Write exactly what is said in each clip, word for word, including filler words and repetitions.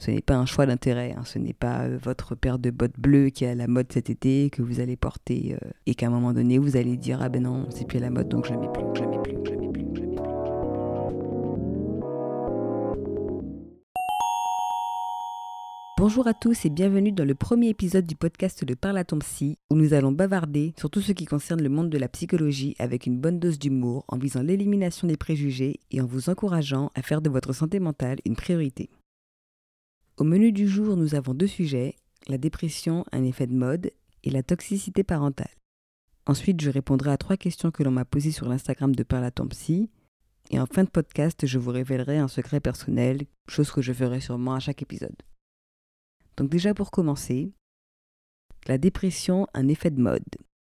Ce n'est pas un choix d'intérêt, hein. Ce n'est pas euh, votre paire de bottes bleues qui est à la mode cet été que vous allez porter euh, et qu'à un moment donné vous allez dire ah ben non, c'est plus à la mode donc je ne mets plus, je ne mets plus, je ne mets plus, je ne mets plus. Bonjour à tous et bienvenue dans le premier épisode du podcast de Parle à ton psy où nous allons bavarder sur tout ce qui concerne le monde de la psychologie avec une bonne dose d'humour en visant l'élimination des préjugés et en vous encourageant à faire de votre santé mentale une priorité. Au menu du jour, nous avons deux sujets, la dépression, un effet de mode et la toxicité parentale. Ensuite, je répondrai à trois questions que l'on m'a posées sur l'Instagram de Parle à ton psy et en fin de podcast, je vous révélerai un secret personnel, chose que je ferai sûrement à chaque épisode. Donc déjà pour commencer, la dépression, un effet de mode.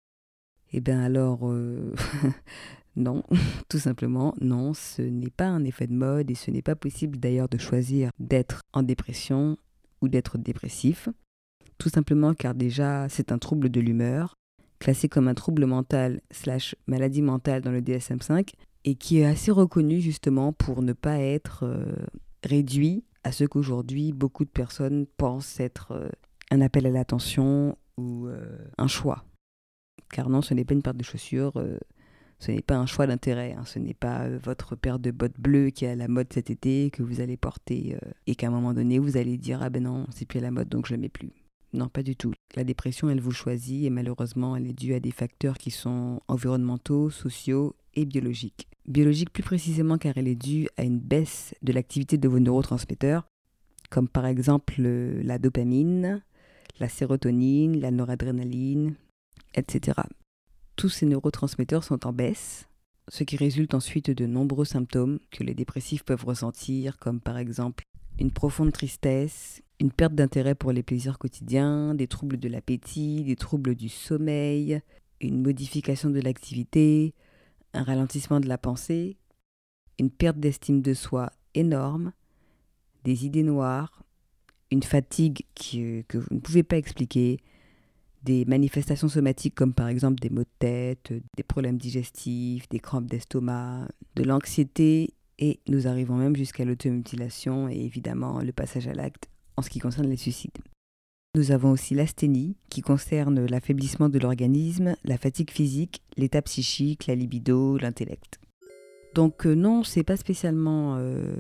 Eh bien alors, euh, non, tout simplement, non, ce n'est pas un effet de mode et ce n'est pas possible d'ailleurs de choisir d'être en dépression ou d'être dépressif. Tout simplement car déjà c'est un trouble de l'humeur, classé comme un trouble mental slash maladie mentale dans le D S M cinq et qui est assez reconnu justement pour ne pas être euh, réduit à ce qu'aujourd'hui beaucoup de personnes pensent être euh, un appel à l'attention ou euh, un choix. Car non, ce n'est pas une paire de chaussures, euh, ce n'est pas un choix d'intérêt, hein, ce n'est pas euh, votre paire de bottes bleues qui est à la mode cet été que vous allez porter euh, et qu'à un moment donné vous allez dire ah ben non, c'est plus à la mode donc je ne le mets plus. Non, pas du tout. La dépression, elle vous choisit et malheureusement, elle est due à des facteurs qui sont environnementaux, sociaux et biologiques. Biologique plus précisément car elle est due à une baisse de l'activité de vos neurotransmetteurs, comme par exemple la dopamine, la sérotonine, la noradrénaline, et cetera. Tous ces neurotransmetteurs sont en baisse, ce qui résulte ensuite de nombreux symptômes que les dépressifs peuvent ressentir, comme par exemple une profonde tristesse, une perte d'intérêt pour les plaisirs quotidiens, des troubles de l'appétit, des troubles du sommeil, une modification de l'activité, un ralentissement de la pensée, une perte d'estime de soi énorme, des idées noires, une fatigue qui, que vous ne pouvez pas expliquer, des manifestations somatiques comme par exemple des maux de tête, des problèmes digestifs, des crampes d'estomac, de l'anxiété et nous arrivons même jusqu'à l'automutilation et évidemment le passage à l'acte en ce qui concerne les suicides. Nous avons aussi l'asthénie qui concerne l'affaiblissement de l'organisme, la fatigue physique, l'état psychique, la libido, l'intellect. Donc euh, non, c'est pas spécialement euh,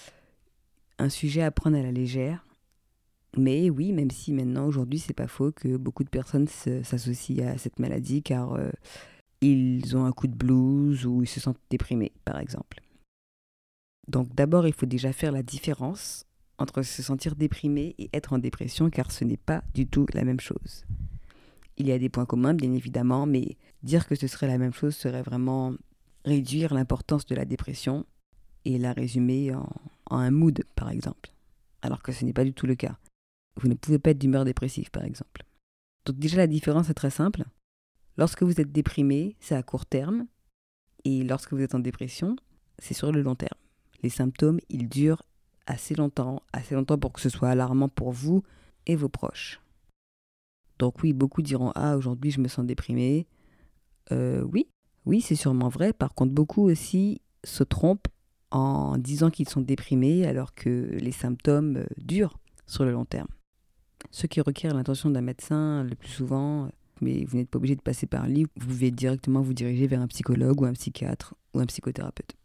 un sujet à prendre à la légère. Mais oui, même si maintenant, aujourd'hui, c'est pas faux que beaucoup de personnes s'associent à cette maladie car euh, ils ont un coup de blues ou ils se sentent déprimés, par exemple. Donc d'abord, il faut déjà faire la différence entre se sentir déprimé et être en dépression car ce n'est pas du tout la même chose. Il y a des points communs, bien évidemment, mais dire que ce serait la même chose serait vraiment réduire l'importance de la dépression et la résumer en, en un mood, par exemple. Alors que ce n'est pas du tout le cas. Vous ne pouvez pas être d'humeur dépressive, par exemple. Donc déjà, la différence est très simple. Lorsque vous êtes déprimé, c'est à court terme. Et lorsque vous êtes en dépression, c'est sur le long terme. Les symptômes, ils durent assez longtemps, assez longtemps pour que ce soit alarmant pour vous et vos proches. Donc oui, beaucoup diront « Ah, aujourd'hui, je me sens déprimé. Euh, » Oui, oui, c'est sûrement vrai. Par contre, beaucoup aussi se trompent en disant qu'ils sont déprimés alors que les symptômes euh, durent sur le long terme. Ce qui requiert l'intention d'un médecin le plus souvent, mais vous n'êtes pas obligé de passer par un livre, vous pouvez directement vous diriger vers un psychologue ou un psychiatre ou un psychothérapeute.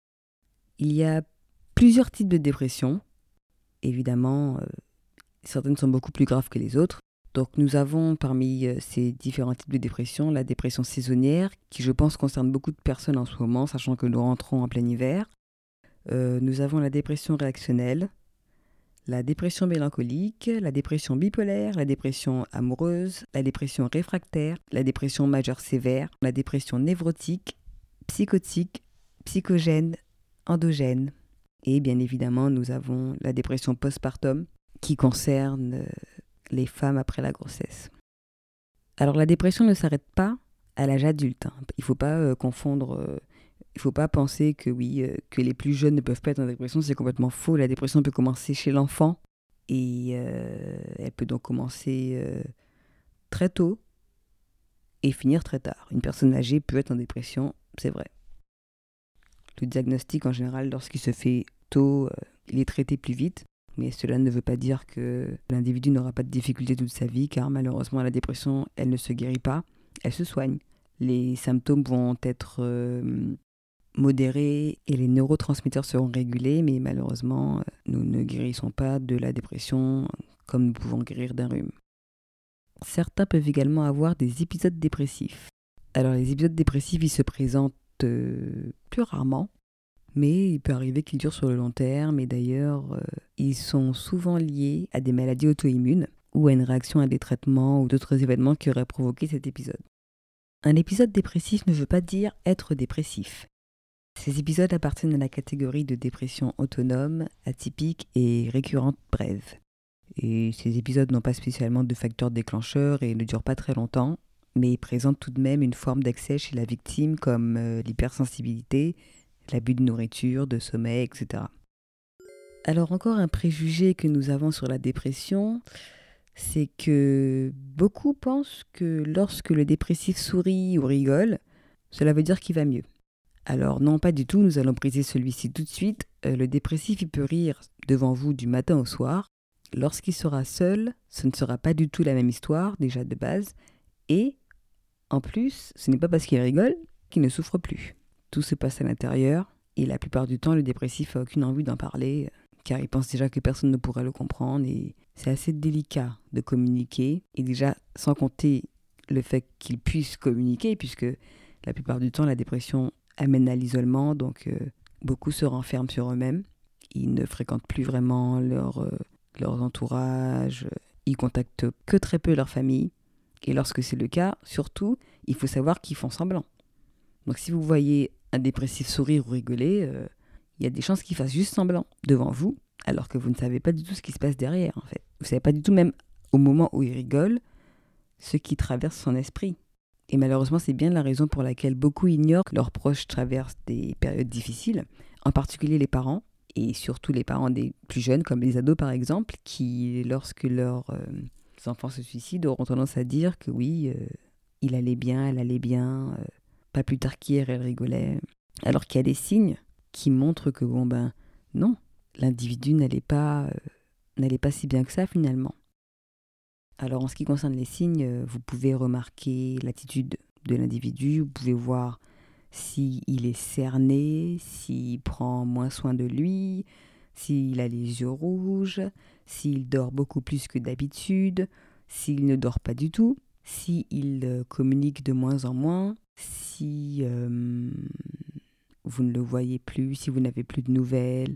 Il y a plusieurs types de dépression. Évidemment, euh, certaines sont beaucoup plus graves que les autres. Donc nous avons parmi euh, ces différents types de dépression la dépression saisonnière, qui je pense concerne beaucoup de personnes en ce moment, sachant que nous rentrons en plein hiver. Euh, nous avons la dépression réactionnelle, la dépression mélancolique, la dépression bipolaire, la dépression amoureuse, la dépression réfractaire, la dépression majeure sévère, la dépression névrotique, psychotique, psychogène, endogène. Et bien évidemment, nous avons la dépression postpartum qui concerne les femmes après la grossesse. Alors la dépression ne s'arrête pas à l'âge adulte. Hein. Il ne faut pas euh, confondre... Euh, Il ne faut pas penser que oui, euh, que les plus jeunes ne peuvent pas être en dépression, c'est complètement faux. La dépression peut commencer chez l'enfant et euh, elle peut donc commencer euh, très tôt et finir très tard. Une personne âgée peut être en dépression, c'est vrai. Le diagnostic en général, lorsqu'il se fait tôt, euh, il est traité plus vite. Mais cela ne veut pas dire que l'individu n'aura pas de difficultés toute sa vie, car malheureusement, la dépression, elle ne se guérit pas, elle se soigne. Les symptômes vont être euh, modérés et les neurotransmetteurs seront régulés, mais malheureusement, nous ne guérissons pas de la dépression comme nous pouvons guérir d'un rhume. Certains peuvent également avoir des épisodes dépressifs. Alors les épisodes dépressifs, ils se présentent euh, plus rarement, mais il peut arriver qu'ils durent sur le long terme, et d'ailleurs, euh, ils sont souvent liés à des maladies auto-immunes ou à une réaction à des traitements ou d'autres événements qui auraient provoqué cet épisode. Un épisode dépressif ne veut pas dire être dépressif. Ces épisodes appartiennent à la catégorie de dépression autonome, atypique et récurrente brève. Et ces épisodes n'ont pas spécialement de facteurs déclencheurs et ne durent pas très longtemps, mais ils présentent tout de même une forme d'accès chez la victime comme euh, l'hypersensibilité, l'abus de nourriture, de sommeil, et cetera. Alors encore un préjugé que nous avons sur la dépression, c'est que beaucoup pensent que lorsque le dépressif sourit ou rigole, cela veut dire qu'il va mieux. Alors non, pas du tout, nous allons briser celui-ci tout de suite. Euh, le dépressif, il peut rire devant vous du matin au soir. Lorsqu'il sera seul, ce ne sera pas du tout la même histoire, déjà de base. Et en plus, ce n'est pas parce qu'il rigole qu'il ne souffre plus. Tout se passe à l'intérieur, et la plupart du temps, le dépressif n'a aucune envie d'en parler, car il pense déjà que personne ne pourra le comprendre, et c'est assez délicat de communiquer, et déjà, sans compter le fait qu'il puisse communiquer, puisque la plupart du temps, la dépression amène à l'isolement, donc euh, beaucoup se renferment sur eux-mêmes, ils ne fréquentent plus vraiment leur, euh, leur entourage, ils contactent que très peu leur famille, et lorsque c'est le cas, surtout, il faut savoir qu'ils font semblant. Donc si vous voyez un dépressif sourire ou rigoler, euh, il y a des chances qu'il fasse juste semblant devant vous, alors que vous ne savez pas du tout ce qui se passe derrière, en fait. Vous ne savez pas du tout, même au moment où il rigole, ce qui traverse son esprit. Et malheureusement, c'est bien la raison pour laquelle beaucoup ignorent que leurs proches traversent des périodes difficiles, en particulier les parents, et surtout les parents des plus jeunes, comme les ados par exemple, qui, lorsque leurs euh, enfants se suicident, auront tendance à dire que oui, euh, il allait bien, elle allait bien, euh, pas plus tard qu'hier, elle rigolait. Alors qu'il y a des signes qui montrent que, bon ben, non, l'individu n'allait pas, euh, n'allait pas si bien que ça finalement. Alors en ce qui concerne les signes, euh, vous pouvez remarquer l'attitude de l'individu, vous pouvez voir s'il est cerné, s'il prend moins soin de lui, s'il a les yeux rouges, s'il dort beaucoup plus que d'habitude, s'il ne dort pas du tout, s'il euh, communique de moins en moins, si euh, vous ne le voyez plus, si vous n'avez plus de nouvelles,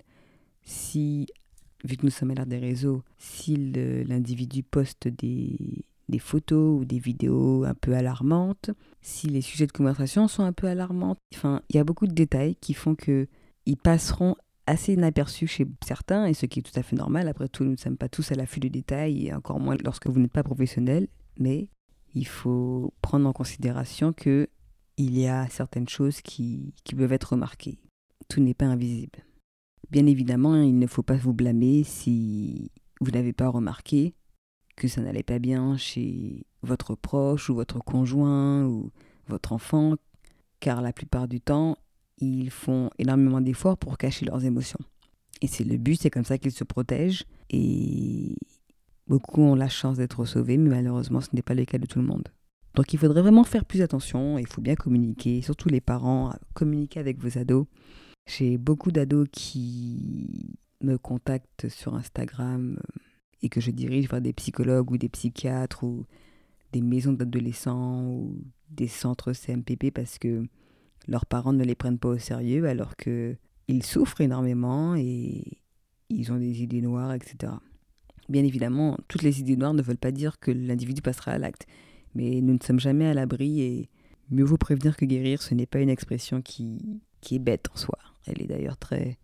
si, vu que nous sommes à l'ère des réseaux, si le, l'individu poste des, des photos ou des vidéos un peu alarmantes, si les sujets de conversation sont un peu alarmants. Enfin, il y a beaucoup de détails qui font qu'ils passeront assez inaperçus chez certains, et ce qui est tout à fait normal. Après tout, nous ne sommes pas tous à l'affût de détails, et encore moins lorsque vous n'êtes pas professionnel, mais il faut prendre en considération que il y a certaines choses qui, qui peuvent être remarquées. Tout n'est pas invisible. Bien évidemment, il ne faut pas vous blâmer si vous n'avez pas remarqué que ça n'allait pas bien chez votre proche ou votre conjoint ou votre enfant, car la plupart du temps, ils font énormément d'efforts pour cacher leurs émotions. Et c'est le but, c'est comme ça qu'ils se protègent, et beaucoup ont la chance d'être sauvés, mais malheureusement, ce n'est pas le cas de tout le monde. Donc il faudrait vraiment faire plus attention, il faut bien communiquer, surtout les parents, communiquer avec vos ados. J'ai beaucoup d'ados qui me contactent sur Instagram et que je dirige vers des psychologues ou des psychiatres ou des maisons d'adolescents ou des centres C M P P parce que leurs parents ne les prennent pas au sérieux alors qu'ils souffrent énormément et ils ont des idées noires, et cetera. Bien évidemment, toutes les idées noires ne veulent pas dire que l'individu passera à l'acte, mais nous ne sommes jamais à l'abri et mieux vaut prévenir que guérir, ce n'est pas une expression qui, qui est bête en soi. Elle est d'ailleurs très,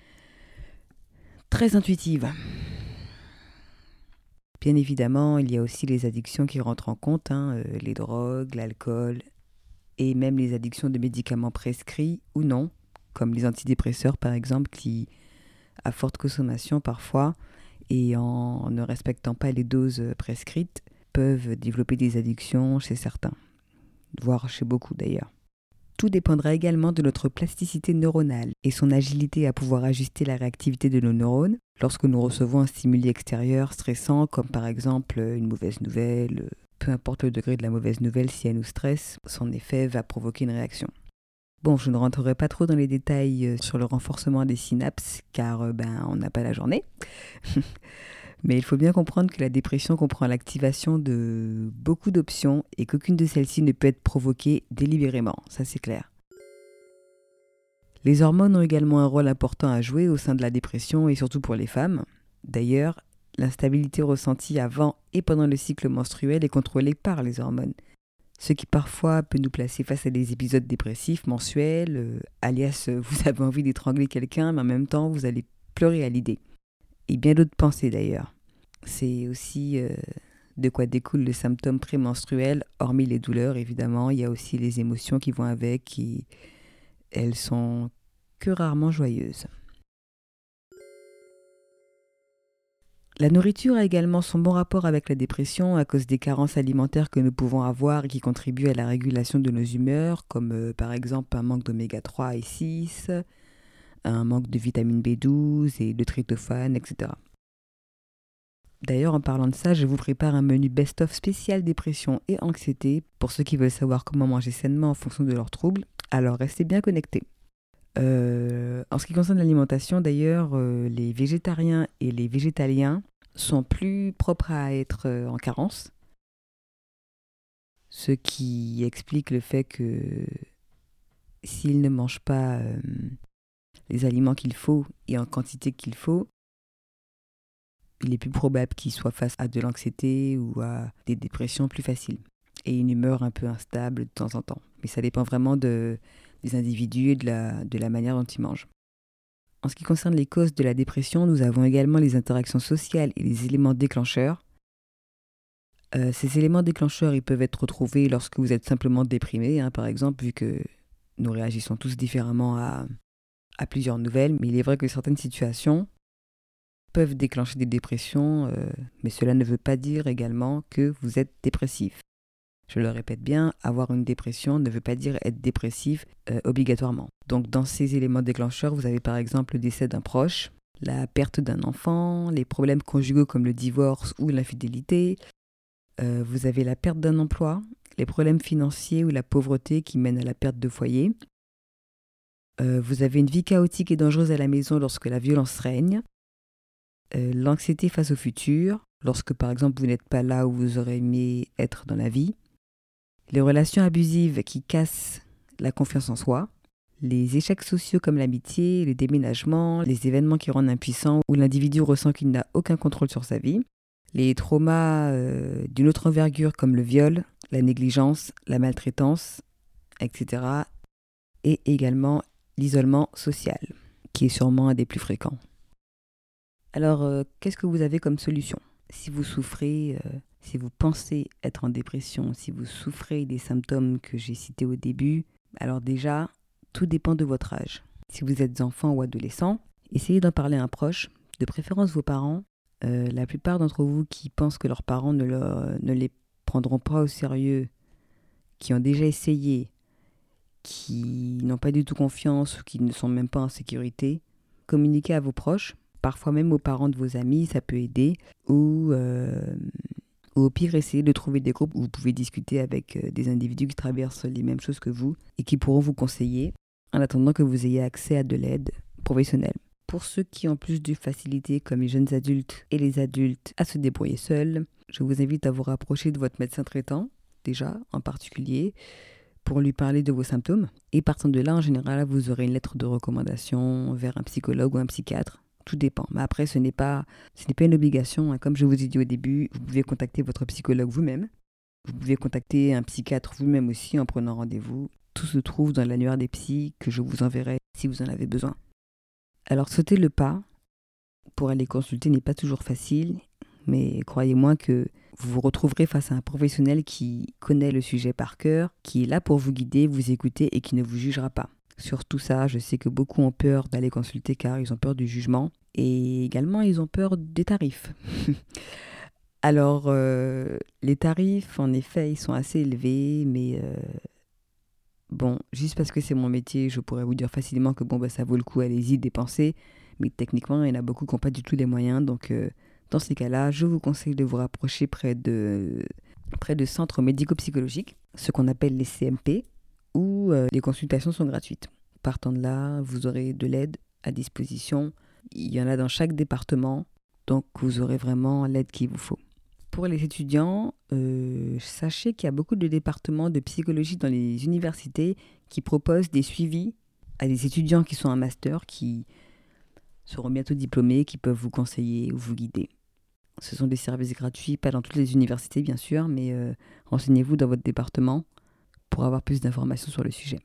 très intuitive. Bien évidemment, il y a aussi les addictions qui rentrent en compte, hein, euh, les drogues, l'alcool, et même les addictions de médicaments prescrits ou non, comme les antidépresseurs par exemple, qui, à forte consommation parfois, et en ne respectant pas les doses prescrites, peuvent développer des addictions chez certains, voire chez beaucoup d'ailleurs. Tout dépendra également de notre plasticité neuronale et son agilité à pouvoir ajuster la réactivité de nos neurones lorsque nous recevons un stimuli extérieur stressant, comme par exemple une mauvaise nouvelle. Peu importe le degré de la mauvaise nouvelle, si elle nous stresse, son effet va provoquer une réaction. Bon, je ne rentrerai pas trop dans les détails sur le renforcement des synapses, car ben, on n'a pas la journée. Mais il faut bien comprendre que la dépression comprend l'activation de beaucoup d'options et qu'aucune de celles-ci ne peut être provoquée délibérément, ça c'est clair. Les hormones ont également un rôle important à jouer au sein de la dépression et surtout pour les femmes. D'ailleurs, l'instabilité ressentie avant et pendant le cycle menstruel est contrôlée par les hormones, ce qui parfois peut nous placer face à des épisodes dépressifs mensuels, euh, alias euh, vous avez envie d'étrangler quelqu'un mais en même temps vous allez pleurer à l'idée. Et bien d'autres pensées d'ailleurs. C'est aussi euh, de quoi découlent les symptômes prémenstruels, hormis les douleurs évidemment, il y a aussi les émotions qui vont avec et elles sont que rarement joyeuses. La nourriture a également son bon rapport avec la dépression à cause des carences alimentaires que nous pouvons avoir et qui contribuent à la régulation de nos humeurs, comme euh, par exemple un manque d'oméga trois et six, un manque de vitamine B douze et de tryptophane, et cetera. D'ailleurs, en parlant de ça, je vous prépare un menu best-of spécial dépression et anxiété pour ceux qui veulent savoir comment manger sainement en fonction de leurs troubles. Alors, restez bien connectés. Euh, en ce qui concerne l'alimentation, d'ailleurs, euh, les végétariens et les végétaliens sont plus propres à être euh, en carence, ce qui explique le fait que s'ils ne mangent pas euh, les aliments qu'il faut et en quantité qu'il faut, il est plus probable qu'ils soient face à de l'anxiété ou à des dépressions plus faciles et une humeur un peu instable de temps en temps. Mais ça dépend vraiment de, des individus et de la, de la manière dont ils mangent. En ce qui concerne les causes de la dépression, nous avons également les interactions sociales et les éléments déclencheurs. Euh, ces éléments déclencheurs, ils peuvent être retrouvés lorsque vous êtes simplement déprimé, hein, par exemple, vu que nous réagissons tous différemment à, à plusieurs nouvelles. Mais il est vrai que certaines situations peuvent déclencher des dépressions, euh, mais cela ne veut pas dire également que vous êtes dépressif. Je le répète bien, avoir une dépression ne veut pas dire être dépressif euh, obligatoirement. Donc dans ces éléments déclencheurs, vous avez par exemple le décès d'un proche, la perte d'un enfant, les problèmes conjugaux comme le divorce ou l'infidélité, euh, vous avez la perte d'un emploi, les problèmes financiers ou la pauvreté qui mènent à la perte de foyer, euh, vous avez une vie chaotique et dangereuse à la maison lorsque la violence règne, euh, l'anxiété face au futur, lorsque par exemple vous n'êtes pas là où vous aurez aimé être dans la vie, les relations abusives qui cassent la confiance en soi, les échecs sociaux comme l'amitié, les déménagements, les événements qui rendent impuissant où l'individu ressent qu'il n'a aucun contrôle sur sa vie, les traumas euh, d'une autre envergure comme le viol, la négligence, la maltraitance, et cetera. Et également l'isolement social, qui est sûrement un des plus fréquents. Alors, euh, qu'est-ce que vous avez comme solution ? Si vous souffrez, euh, si vous pensez être en dépression, si vous souffrez des symptômes que j'ai cités au début, alors déjà, tout dépend de votre âge. Si vous êtes enfant ou adolescent, essayez d'en parler à un proche, de préférence vos parents. Euh, la plupart d'entre vous qui pensent que leurs parents ne, leur, ne les prendront pas au sérieux, qui ont déjà essayé, qui n'ont pas du tout confiance ou qui ne sont même pas en sécurité, communiquez à vos proches. Parfois même aux parents de vos amis, ça peut aider. Ou, euh, ou au pire, essayez de trouver des groupes où vous pouvez discuter avec des individus qui traversent les mêmes choses que vous et qui pourront vous conseiller en attendant que vous ayez accès à de l'aide professionnelle. Pour ceux qui ont plus de facilité, comme les jeunes adultes et les adultes, à se débrouiller seuls, je vous invite à vous rapprocher de votre médecin traitant, déjà en particulier, pour lui parler de vos symptômes. Et partant de là, en général, vous aurez une lettre de recommandation vers un psychologue ou un psychiatre. Tout dépend. Mais après, ce n'est pas, ce n'est pas une obligation. Hein. Comme je vous ai dit au début, vous pouvez contacter votre psychologue vous-même. Vous pouvez contacter un psychiatre vous-même aussi en prenant rendez-vous. Tout se trouve dans l'annuaire des psys que je vous enverrai si vous en avez besoin. Alors, sauter le pas pour aller consulter n'est pas toujours facile, mais croyez-moi que vous vous retrouverez face à un professionnel qui connaît le sujet par cœur, qui est là pour vous guider, vous écouter et qui ne vous jugera pas. Sur tout ça, je sais que beaucoup ont peur d'aller consulter car ils ont peur du jugement et également ils ont peur des tarifs. Alors, euh, les tarifs, en effet, ils sont assez élevés, mais euh, Bon, juste parce que c'est mon métier, je pourrais vous dire facilement que bon, bah, ça vaut le coup, allez-y, dépensez. Mais techniquement, il y en a beaucoup qui n'ont pas du tout les moyens. Donc, euh, dans ces cas-là, je vous conseille de vous rapprocher près de, près de centres médico-psychologiques, ce qu'on appelle les C M P, où euh, les consultations sont gratuites. Partant de là, vous aurez de l'aide à disposition. Il y en a dans chaque département, donc vous aurez vraiment l'aide qu'il vous faut. Pour les étudiants, euh, sachez qu'il y a beaucoup de départements de psychologie dans les universités qui proposent des suivis à des étudiants qui sont en master, qui seront bientôt diplômés, qui peuvent vous conseiller ou vous guider. Ce sont des services gratuits, pas dans toutes les universités bien sûr, mais euh, renseignez-vous dans votre département pour avoir plus d'informations sur le sujet.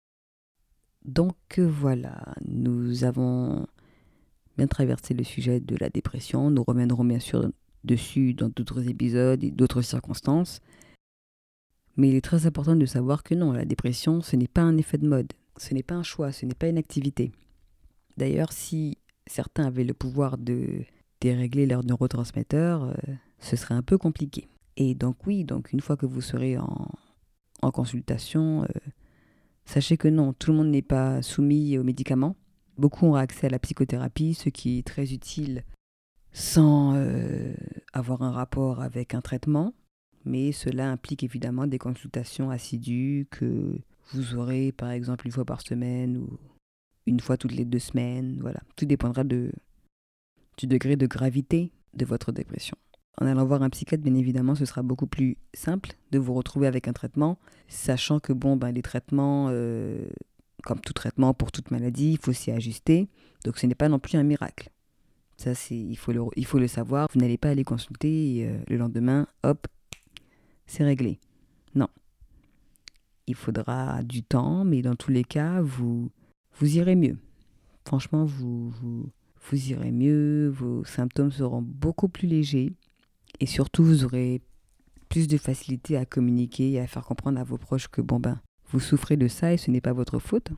Donc euh, voilà, nous avons bien traversé le sujet de la dépression. Nous reviendrons bien sûr dessus dans d'autres épisodes et d'autres circonstances. Mais il est très important de savoir que non, la dépression, ce n'est pas un effet de mode. Ce n'est pas un choix, ce n'est pas une activité. D'ailleurs, si certains avaient le pouvoir de dérégler leurs neurotransmetteurs, euh, ce serait un peu compliqué. Et donc oui, donc une fois que vous serez en, en consultation, euh, sachez que non, tout le monde n'est pas soumis aux médicaments. Beaucoup ont accès à la psychothérapie, ce qui est très utile sans euh, avoir un rapport avec un traitement. Mais cela implique évidemment des consultations assidues que vous aurez par exemple une fois par semaine ou une fois toutes les deux semaines. Voilà. Tout dépendra de, du degré de gravité de votre dépression. En allant voir un psychiatre, bien évidemment, ce sera beaucoup plus simple de vous retrouver avec un traitement, sachant que bon, ben, les traitements, euh, comme tout traitement pour toute maladie, il faut s'y ajuster. Donc ce n'est pas non plus un miracle. Ça, c'est, il faut le, il faut le savoir. Vous n'allez pas aller consulter et euh, le lendemain, hop, c'est réglé. Non. Il faudra du temps, mais dans tous les cas, vous, vous irez mieux. Franchement, vous, vous, vous irez mieux, vos symptômes seront beaucoup plus légers et surtout, vous aurez plus de facilité à communiquer et à faire comprendre à vos proches que bon ben, vous souffrez de ça et ce n'est pas votre faute.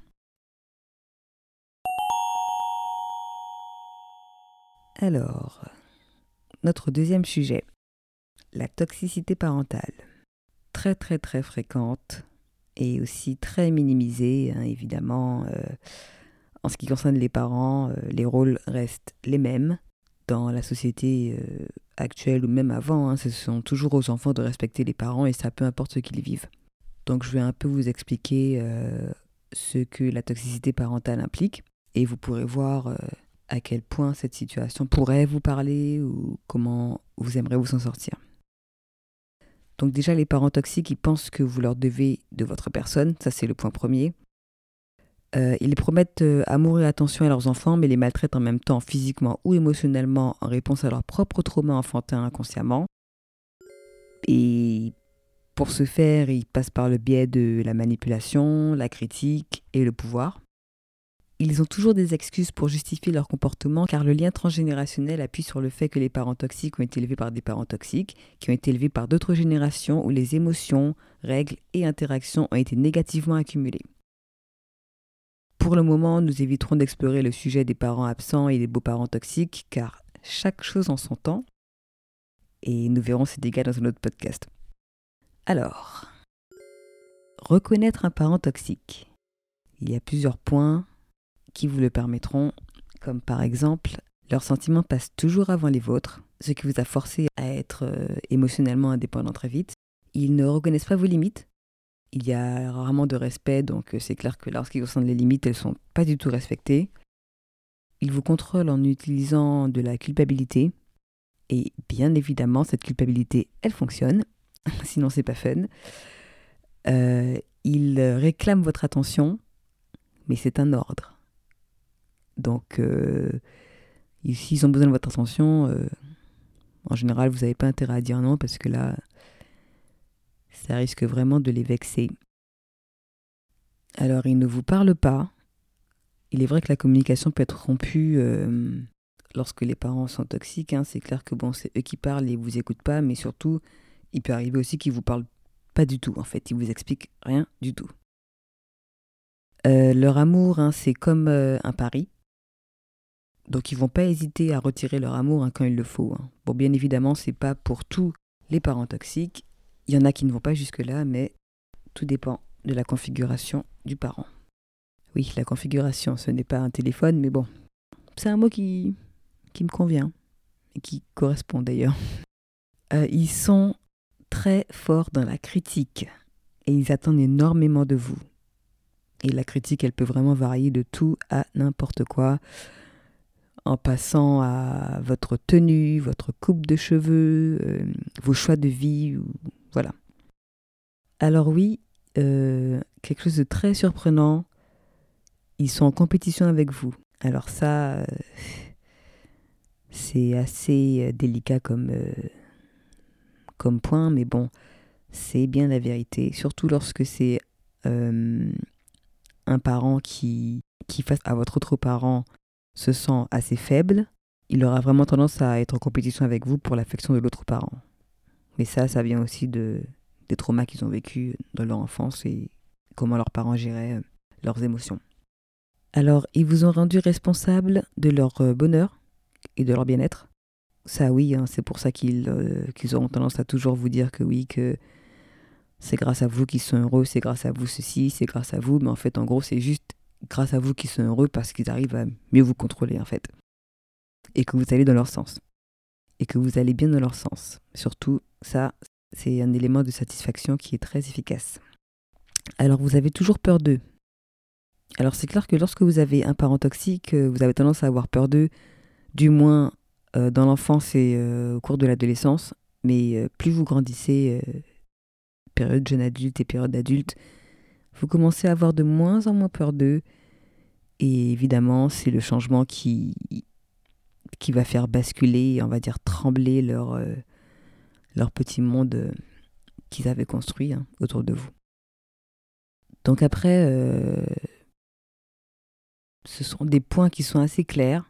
Alors, notre deuxième sujet, la toxicité parentale. Très très très fréquente et aussi très minimisée, hein, évidemment. Euh, en ce qui concerne les parents, euh, les rôles restent les mêmes. Dans la société euh, actuelle ou même avant, hein, ce sont toujours aux enfants de respecter les parents et ça peu importe ce qu'ils vivent. Donc je vais un peu vous expliquer euh, ce que la toxicité parentale implique et vous pourrez voir euh, à quel point cette situation pourrait vous parler ou comment vous aimeriez vous en sortir. Donc déjà, les parents toxiques, ils pensent que vous leur devez de votre personne, ça c'est le point premier. Euh, ils promettent euh, amour et attention à leurs enfants, mais les maltraitent en même temps physiquement ou émotionnellement en réponse à leur propre trauma enfantin inconsciemment. Et pour ce faire, ils passent par le biais de la manipulation, la critique et le pouvoir. Ils ont toujours des excuses pour justifier leur comportement car le lien transgénérationnel appuie sur le fait que les parents toxiques ont été élevés par des parents toxiques, qui ont été élevés par d'autres générations où les émotions, règles et interactions ont été négativement accumulées. Pour le moment, nous éviterons d'explorer le sujet des parents absents et des beaux-parents toxiques car chaque chose en son temps et nous verrons ces dégâts dans un autre podcast. Alors, reconnaître un parent toxique. Il y a plusieurs points qui vous le permettront, comme par exemple, leurs sentiments passent toujours avant les vôtres, ce qui vous a forcé à être euh, émotionnellement indépendant très vite. Ils ne reconnaissent pas vos limites. Il y a rarement de respect, donc c'est clair que lorsqu'ils concerne les limites, elles ne sont pas du tout respectées. Ils vous contrôlent en utilisant de la culpabilité. Et bien évidemment, cette culpabilité, elle fonctionne. Sinon, c'est pas fun. Euh, ils réclament votre attention, mais c'est un ordre. Donc, euh, s'ils ont besoin de votre attention, euh, en général, vous n'avez pas intérêt à dire non parce que là, ça risque vraiment de les vexer. Alors, ils ne vous parlent pas. Il est vrai que la communication peut être rompue euh, lorsque les parents sont toxiques. Hein. C'est clair que bon, c'est eux qui parlent et ils ne vous écoutent pas, mais surtout, il peut arriver aussi qu'ils ne vous parlent pas du tout. En fait, ils ne vous expliquent rien du tout. Euh, leur amour, hein, c'est comme euh, un pari. Donc, ils ne vont pas hésiter à retirer leur amour hein, quand il le faut. Hein. Bon, bien évidemment, ce n'est pas pour tous les parents toxiques. Il y en a qui ne vont pas jusque-là, mais tout dépend de la configuration du parent. Oui, la configuration, ce n'est pas un téléphone, mais bon, c'est un mot qui, qui me convient et qui correspond d'ailleurs. Euh, ils sont très forts dans la critique et ils attendent énormément de vous. Et la critique, elle peut vraiment varier de tout à n'importe quoi, en passant à votre tenue, votre coupe de cheveux, euh, vos choix de vie, ou, voilà. Alors oui, euh, quelque chose de très surprenant, ils sont en compétition avec vous. Alors ça, euh, c'est assez délicat comme, euh, comme point, mais bon, c'est bien la vérité, surtout lorsque c'est euh, un parent qui, qui, face à votre autre parent, se sent assez faible. Il aura vraiment tendance à être en compétition avec vous pour l'affection de l'autre parent. Mais ça, ça vient aussi de, des traumas qu'ils ont vécus dans leur enfance et comment leurs parents géraient euh, leurs émotions. Alors, ils vous ont rendu responsable de leur euh, bonheur et de leur bien-être. Ça, oui, hein, c'est pour ça qu'ils, euh, qu'ils auront tendance à toujours vous dire que oui, que c'est grâce à vous qu'ils sont heureux, c'est grâce à vous ceci, c'est grâce à vous. Mais en fait, en gros, c'est juste grâce à vous qu'ils sont heureux parce qu'ils arrivent à mieux vous contrôler, en fait. Et que vous allez dans leur sens. Et que vous allez bien dans leur sens. Surtout, ça, c'est un élément de satisfaction qui est très efficace. Alors, vous avez toujours peur d'eux. Alors, c'est clair que lorsque vous avez un parent toxique, vous avez tendance à avoir peur d'eux, du moins euh, dans l'enfance et euh, au cours de l'adolescence. Mais euh, plus vous grandissez, euh, période jeune adulte et période adulte, vous commencez à avoir de moins en moins peur d'eux. Et évidemment, c'est le changement qui, qui va faire basculer, on va dire trembler leur, euh, leur petit monde euh, qu'ils avaient construit hein, autour de vous. Donc après, euh, ce sont des points qui sont assez clairs.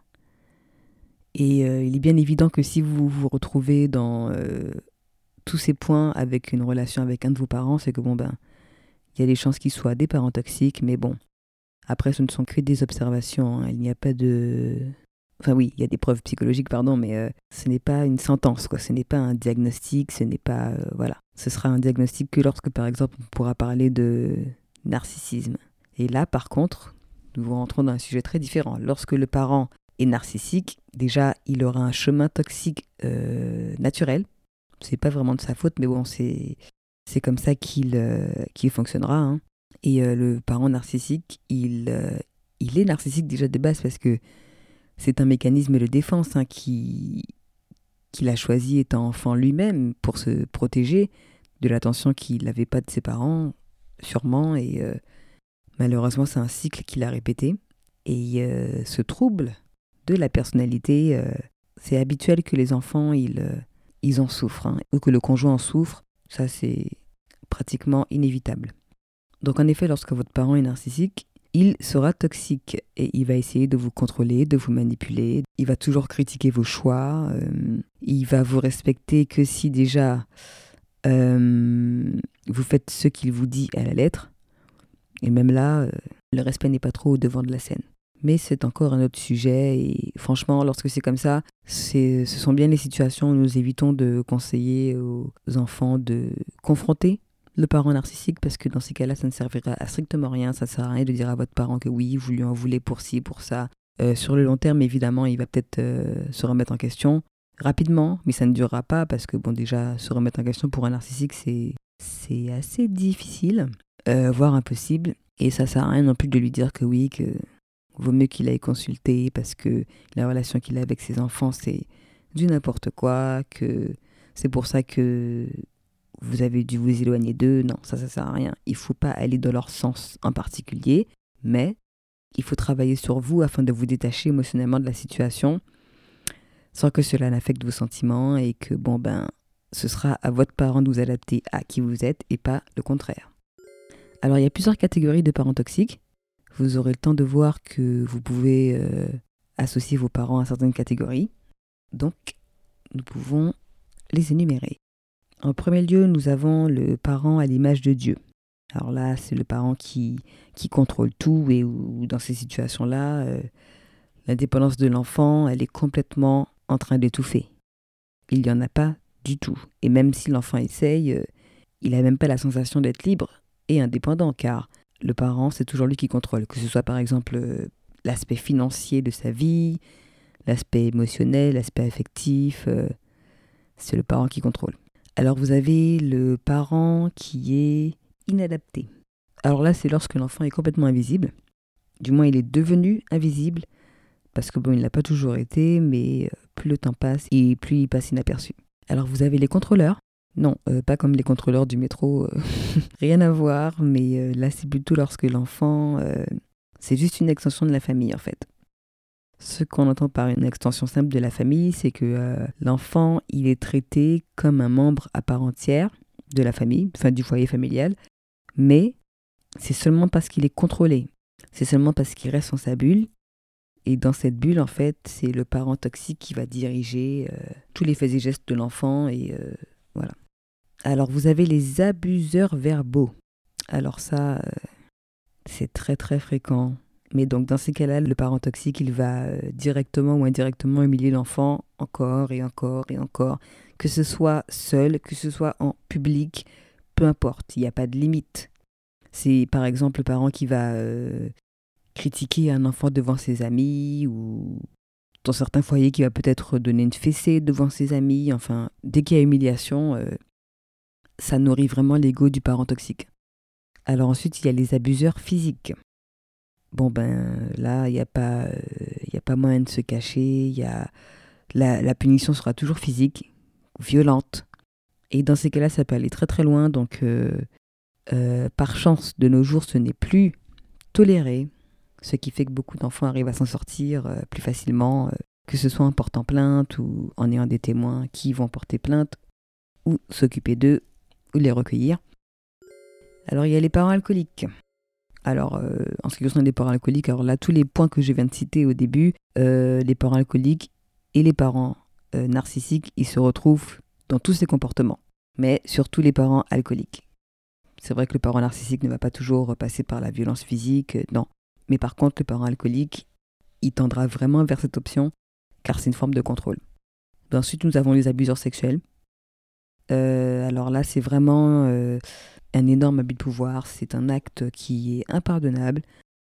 Et euh, il est bien évident que si vous vous retrouvez dans euh, tous ces points avec une relation avec un de vos parents, c'est que bon ben, il y a des chances qu'ils soient des parents toxiques, mais bon, après ce ne sont que des observations, hein. Il n'y a pas de... Enfin oui, il y a des preuves psychologiques, pardon, mais euh, ce n'est pas une sentence, quoi. Ce n'est pas un diagnostic, ce n'est pas... Euh, voilà. Ce sera un diagnostic que lorsque, par exemple, on pourra parler de narcissisme. Et là, par contre, nous rentrons dans un sujet très différent. Lorsque le parent est narcissique, déjà, il aura un chemin toxique euh, naturel. C'est pas vraiment de sa faute, mais bon, c'est, c'est comme ça qu'il, euh, qu'il fonctionnera. Hein. Et euh, le parent narcissique, il, euh, il est narcissique déjà de base parce que c'est un mécanisme de défense hein, qui, qu'il a choisi étant enfant lui-même pour se protéger de l'attention qu'il n'avait pas de ses parents, sûrement. Et euh, malheureusement, c'est un cycle qu'il a répété. Et euh, ce trouble de la personnalité, euh, c'est habituel que les enfants, ils, euh, ils en souffrent. Hein, ou que le conjoint en souffre, ça c'est pratiquement inévitable. Donc en effet, lorsque votre parent est narcissique, il sera toxique et il va essayer de vous contrôler, de vous manipuler. Il va toujours critiquer vos choix. Euh, il va vous respecter que si déjà euh, vous faites ce qu'il vous dit à la lettre. Et même là, euh, le respect n'est pas trop au devant de la scène. Mais c'est encore un autre sujet et franchement, lorsque c'est comme ça, c'est, ce sont bien les situations où nous évitons de conseiller aux enfants de confronter le parent narcissique parce que dans ces cas-là, ça ne servira à strictement rien. Ça ne sert à rien de dire à votre parent que oui, vous lui en voulez pour ci, pour ça. Euh, sur le long terme, évidemment, il va peut-être euh, se remettre en question rapidement, mais ça ne durera pas parce que bon, déjà, se remettre en question pour un narcissique, c'est, c'est assez difficile, euh, voire impossible. Et ça ne sert à rien non plus de lui dire que oui, que vaut mieux qu'il aille consulter parce que la relation qu'il a avec ses enfants, c'est du n'importe quoi, que c'est pour ça que vous avez dû vous éloigner d'eux. Non, ça, ça sert à rien. Il ne faut pas aller dans leur sens en particulier, mais il faut travailler sur vous afin de vous détacher émotionnellement de la situation sans que cela n'affecte vos sentiments et que, bon, ben, ce sera à votre parent de vous adapter à qui vous êtes et pas le contraire. Alors, il y a plusieurs catégories de parents toxiques. Vous aurez le temps de voir que vous pouvez euh, associer vos parents à certaines catégories. Donc, nous pouvons les énumérer. En premier lieu, nous avons le parent à l'image de Dieu. Alors là, c'est le parent qui, qui contrôle tout et où, dans ces situations-là, euh, l'indépendance de l'enfant, elle est complètement en train d'étouffer. Il n'y en a pas du tout. Et même si l'enfant essaye, euh, il n'a même pas la sensation d'être libre. et indépendant, car le parent, c'est toujours lui qui contrôle, que ce soit par exemple euh, l'aspect financier de sa vie, l'aspect émotionnel, l'aspect affectif, euh, c'est le parent qui contrôle. Alors vous avez le parent qui est inadapté. Alors là, c'est lorsque l'enfant est complètement invisible. Du moins, il est devenu invisible, parce que bon, il ne l'a pas toujours été, mais plus le temps passe et plus il passe inaperçu. Alors vous avez les contrôleurs. Non, euh, pas comme les contrôleurs du métro, euh, rien à voir, mais euh, là c'est plutôt lorsque l'enfant, euh, c'est juste une extension de la famille en fait. Ce qu'on entend par une extension simple de la famille, c'est que euh, l'enfant, il est traité comme un membre à part entière de la famille, enfin du foyer familial, mais c'est seulement parce qu'il est contrôlé, c'est seulement parce qu'il reste dans sa bulle. Et dans cette bulle, en fait, c'est le parent toxique qui va diriger euh, tous les faits et gestes de l'enfant et euh, voilà. Alors, vous avez les abuseurs verbaux. Alors ça, euh, c'est très très fréquent. Mais donc, dans ces cas-là, le parent toxique, il va euh, directement ou indirectement humilier l'enfant encore et encore et encore. Que ce soit seul, que ce soit en public, peu importe, il n'y a pas de limite. C'est par exemple le parent qui va euh, critiquer un enfant devant ses amis ou dans certains foyers qui va peut-être donner une fessée devant ses amis. Enfin, dès qu'il y a humiliation, euh, ça nourrit vraiment l'ego du parent toxique. Alors ensuite, il y a les abuseurs physiques. Bon ben là, il n'y a pas, euh, il y a pas moyen de se cacher. Il y a la, la punition sera toujours physique, violente. Et dans ces cas-là, ça peut aller très très loin. Donc, euh, euh, par chance, de nos jours, ce n'est plus toléré. Ce qui fait que beaucoup d'enfants arrivent à s'en sortir euh, plus facilement, euh, que ce soit en portant plainte ou en ayant des témoins qui vont porter plainte ou s'occuper d'eux ou les recueillir. Alors il y a les parents alcooliques. Alors euh, en ce qui concerne les parents alcooliques, alors là tous les points que je viens de citer au début, euh, les parents alcooliques et les parents euh, narcissiques, ils se retrouvent dans tous ces comportements, mais surtout les parents alcooliques. C'est vrai que le parent narcissique ne va pas toujours passer par la violence physique, euh, non. Mais par contre, le parent alcoolique, il tendra vraiment vers cette option, car c'est une forme de contrôle. Ensuite, nous avons les abuseurs sexuels. Euh, alors là, c'est vraiment euh, un énorme abus de pouvoir. C'est un acte qui est impardonnable.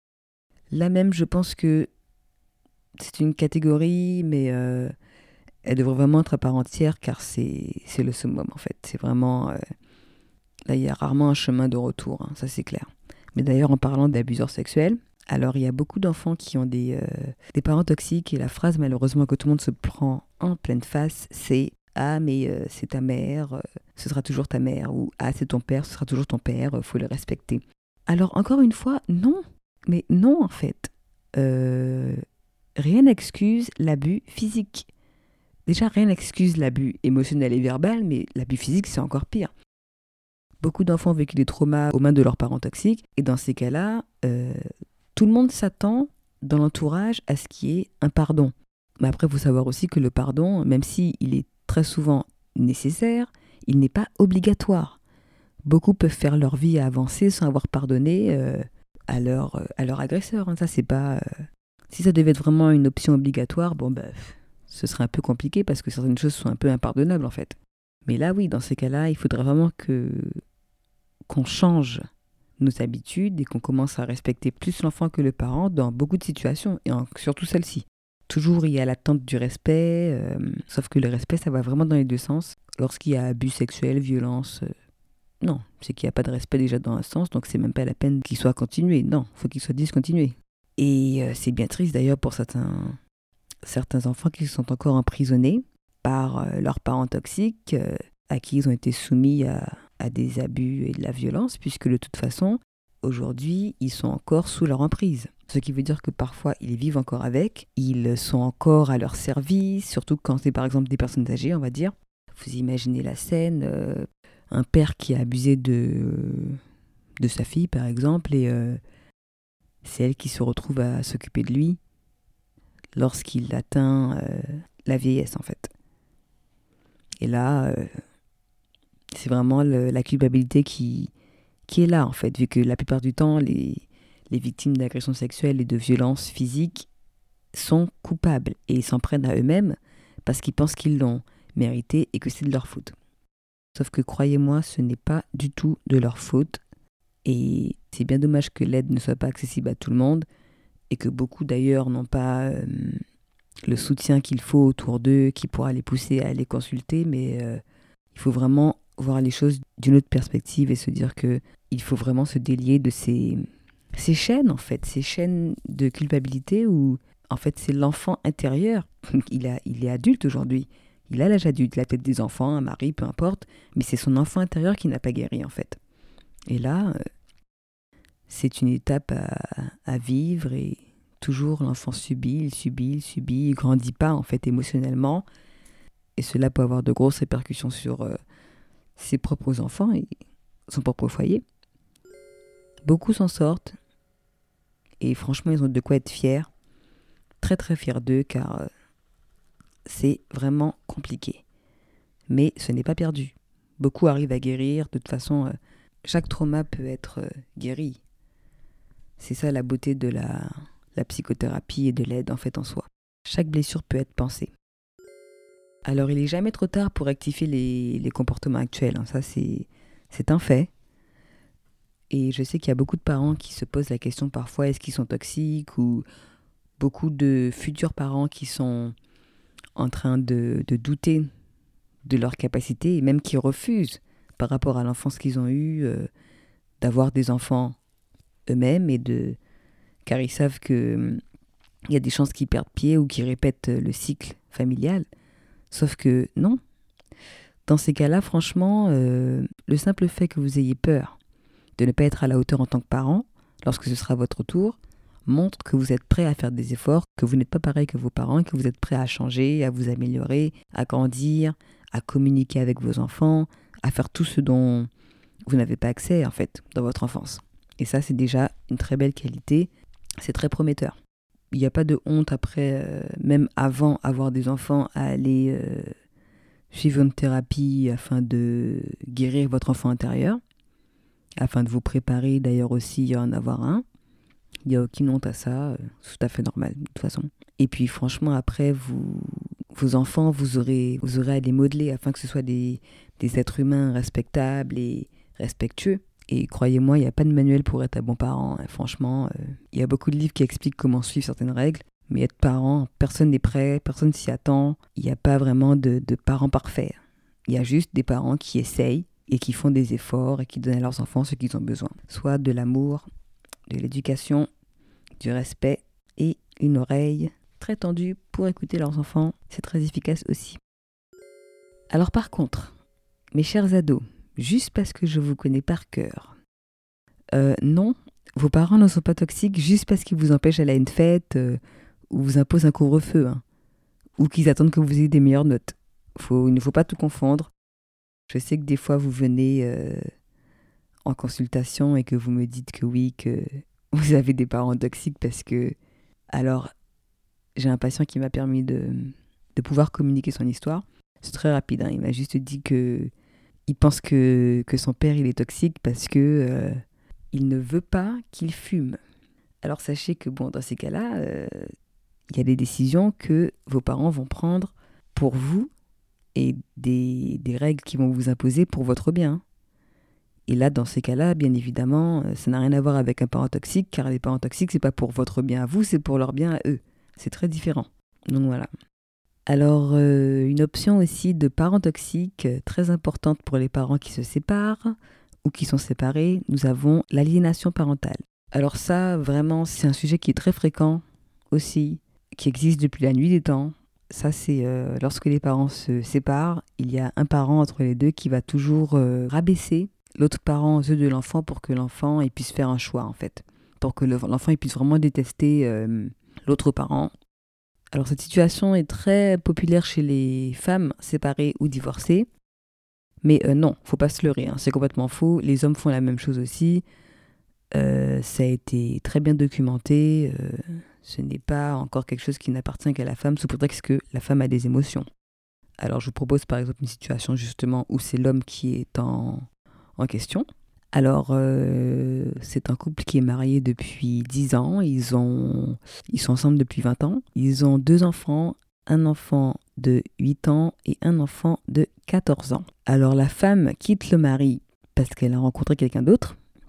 Là même, je pense que c'est une catégorie, mais euh, elle devrait vraiment être à part entière, car c'est, c'est le summum, en fait. C'est vraiment... Euh, là, il y a rarement un chemin de retour, hein, ça c'est clair. Mais d'ailleurs, en parlant d'abuseurs sexuels, alors, il y a beaucoup d'enfants qui ont des, euh, des parents toxiques et la phrase, malheureusement, que tout le monde se prend en pleine face, c'est « Ah, mais euh, c'est ta mère, euh, ce sera toujours ta mère » ou « Ah, c'est ton père, ce sera toujours ton père, il faut le respecter ». Alors, encore une fois, non. Mais non, en fait. Euh, rien n'excuse l'abus physique. Déjà, rien n'excuse l'abus émotionnel et verbal, mais l'abus physique, c'est encore pire. Beaucoup d'enfants ont vécu des traumas aux mains de leurs parents toxiques et dans ces cas-là... Euh, tout le monde s'attend dans l'entourage à ce qui est un pardon. Mais après, il faut savoir aussi que le pardon, même s'il est très souvent nécessaire, il n'est pas obligatoire. Beaucoup peuvent faire leur vie à avancer sans avoir pardonné euh, à, leur, euh, à leur agresseur. Hein. Ça, c'est pas, euh... Si ça devait être vraiment une option obligatoire, bon, bah, ce serait un peu compliqué parce que certaines choses sont un peu impardonnables en fait. Mais là, oui, dans ces cas-là, il faudrait vraiment que... qu'on change nos habitudes et qu'on commence à respecter plus l'enfant que le parent dans beaucoup de situations, et en, surtout celle-ci. Toujours, il y a l'attente du respect, euh, sauf que le respect, ça va vraiment dans les deux sens. Lorsqu'il y a abus sexuel, violence, euh, non, c'est qu'il n'y a pas de respect déjà dans un sens, donc c'est même pas la peine qu'il soit continué. Non, il faut qu'il soit discontinué. Et euh, c'est bien triste d'ailleurs pour certains, certains enfants qui sont encore emprisonnés par euh, leurs parents toxiques, euh, à qui ils ont été soumis à... à des abus et de la violence, puisque de toute façon, aujourd'hui, ils sont encore sous leur emprise. Ce qui veut dire que parfois, ils vivent encore avec, ils sont encore à leur service, surtout quand c'est par exemple des personnes âgées, on va dire. Vous imaginez la scène, euh, un père qui a abusé de, de sa fille, par exemple, et euh, c'est elle qui se retrouve à s'occuper de lui lorsqu'il atteint euh, la vieillesse, en fait. Et là... Euh, c'est vraiment le, la culpabilité qui, qui est là, en fait, vu que la plupart du temps, les, les victimes d'agressions sexuelles et de violences physiques sont coupables et ils s'en prennent à eux-mêmes parce qu'ils pensent qu'ils l'ont mérité et que c'est de leur faute. Sauf que, croyez-moi, ce n'est pas du tout de leur faute. Et c'est bien dommage que l'aide ne soit pas accessible à tout le monde et que beaucoup d'ailleurs n'ont pas euh, le soutien qu'il faut autour d'eux qui pourra les pousser à aller consulter. Mais euh, il faut vraiment voir les choses d'une autre perspective et se dire que il faut vraiment se délier de ces, ces chaînes, en fait, ces chaînes de culpabilité où, en fait, c'est l'enfant intérieur. Il, a, il est adulte aujourd'hui. Il a l'âge adulte, la tête des enfants, un mari, peu importe. Mais c'est son enfant intérieur qui n'a pas guéri, en fait. Et là, euh, c'est une étape à, à vivre et toujours l'enfant subit, il subit, il subit, il grandit pas, en fait, émotionnellement. Et cela peut avoir de grosses répercussions sur euh, ses propres enfants et son propre foyer. Beaucoup s'en sortent et franchement, ils ont de quoi être fiers. Très très fiers d'eux car euh, c'est vraiment compliqué. Mais ce n'est pas perdu. Beaucoup arrivent à guérir. De toute façon, euh, chaque trauma peut être euh, guéri. C'est ça la beauté de la, la psychothérapie et de l'aide en fait en soi. Chaque blessure peut être pensée. Alors il n'est jamais trop tard pour rectifier les, les comportements actuels. Hein. Ça c'est, c'est un fait. Et je sais qu'il y a beaucoup de parents qui se posent la question parfois, est-ce qu'ils sont toxiques, ou beaucoup de futurs parents qui sont en train de, de douter de leur capacité et même qui refusent par rapport à l'enfance qu'ils ont eue euh, d'avoir des enfants eux-mêmes et de car ils savent que hum, il y a des chances qu'ils perdent pied ou qu'ils répètent le cycle familial. Sauf que non. Dans ces cas-là, franchement, euh, le simple fait que vous ayez peur de ne pas être à la hauteur en tant que parent, lorsque ce sera votre tour, montre que vous êtes prêt à faire des efforts, que vous n'êtes pas pareil que vos parents, et que vous êtes prêt à changer, à vous améliorer, à grandir, à communiquer avec vos enfants, à faire tout ce dont vous n'avez pas accès, en fait, dans votre enfance. Et ça, c'est déjà une très belle qualité. C'est très prometteur. Il n'y a pas de honte après, euh, même avant avoir des enfants, à aller euh, suivre une thérapie afin de guérir votre enfant intérieur, afin de vous préparer d'ailleurs aussi à en avoir un. Il n'y a aucune honte à ça, euh, c'est tout à fait normal de toute façon. Et puis franchement, après, vous, vos enfants, vous aurez, vous aurez à les modeler afin que ce soit des, des êtres humains respectables et respectueux. Et croyez-moi, il n'y a pas de manuel pour être un bon parent. Hein. Franchement, euh, il y a beaucoup de livres qui expliquent comment suivre certaines règles. Mais être parent, personne n'est prêt, personne s'y attend. Il n'y a pas vraiment de, de parents parfaits. Il y a juste des parents qui essayent et qui font des efforts et qui donnent à leurs enfants ce qu'ils ont besoin. Soit de l'amour, de l'éducation, du respect et une oreille très tendue pour écouter leurs enfants. C'est très efficace aussi. Alors par contre, mes chers ados, juste parce que je vous connais par cœur, euh, non, vos parents ne sont pas toxiques juste parce qu'ils vous empêchent d'aller à une fête euh, ou vous imposent un couvre-feu, hein, ou qu'ils attendent que vous ayez des meilleures notes. Faut, il ne faut pas tout confondre. Je sais que des fois vous venez euh, en consultation et que vous me dites que oui, que vous avez des parents toxiques parce que... Alors, j'ai un patient qui m'a permis de, de pouvoir communiquer son histoire. C'est très rapide, hein. Il m'a juste dit que il pense que, que son père il est toxique parce que euh, il ne veut pas qu'il fume. Alors sachez que bon, dans ces cas-là, euh, il y a des décisions que vos parents vont prendre pour vous et des, des règles qui vont vous imposer pour votre bien. Et là, dans ces cas-là, bien évidemment, ça n'a rien à voir avec un parent toxique, car les parents toxiques, c'est pas pour votre bien à vous, c'est pour leur bien à eux. C'est très différent. Donc voilà. Alors, euh, une option aussi de parents toxiques, euh, très importante pour les parents qui se séparent ou qui sont séparés, nous avons l'aliénation parentale. Alors ça, vraiment, c'est un sujet qui est très fréquent aussi, qui existe depuis la nuit des temps. Ça, c'est euh, lorsque les parents se séparent, il y a un parent entre les deux qui va toujours euh, rabaisser l'autre parent aux yeux de l'enfant pour que l'enfant il puisse faire un choix, en fait. Pour que le, l'enfant il puisse vraiment détester euh, l'autre parent. Alors, cette situation est très populaire chez les femmes séparées ou divorcées. Mais euh, non, faut pas se leurrer, hein, c'est complètement faux. Les hommes font la même chose aussi. Euh, ça a été très bien documenté. Euh, ce n'est pas encore quelque chose qui n'appartient qu'à la femme, sous prétexte que la femme a des émotions. Alors, je vous propose par exemple une situation justement où c'est l'homme qui est en, en question. Alors, euh, c'est un couple qui est marié depuis dix ans. Ils, ont, ils sont ensemble depuis vingt ans. Ils ont deux enfants, un enfant de huit ans et un enfant de quatorze ans. Alors, la femme quitte le mari parce qu'elle a rencontré quelqu'un d'autre,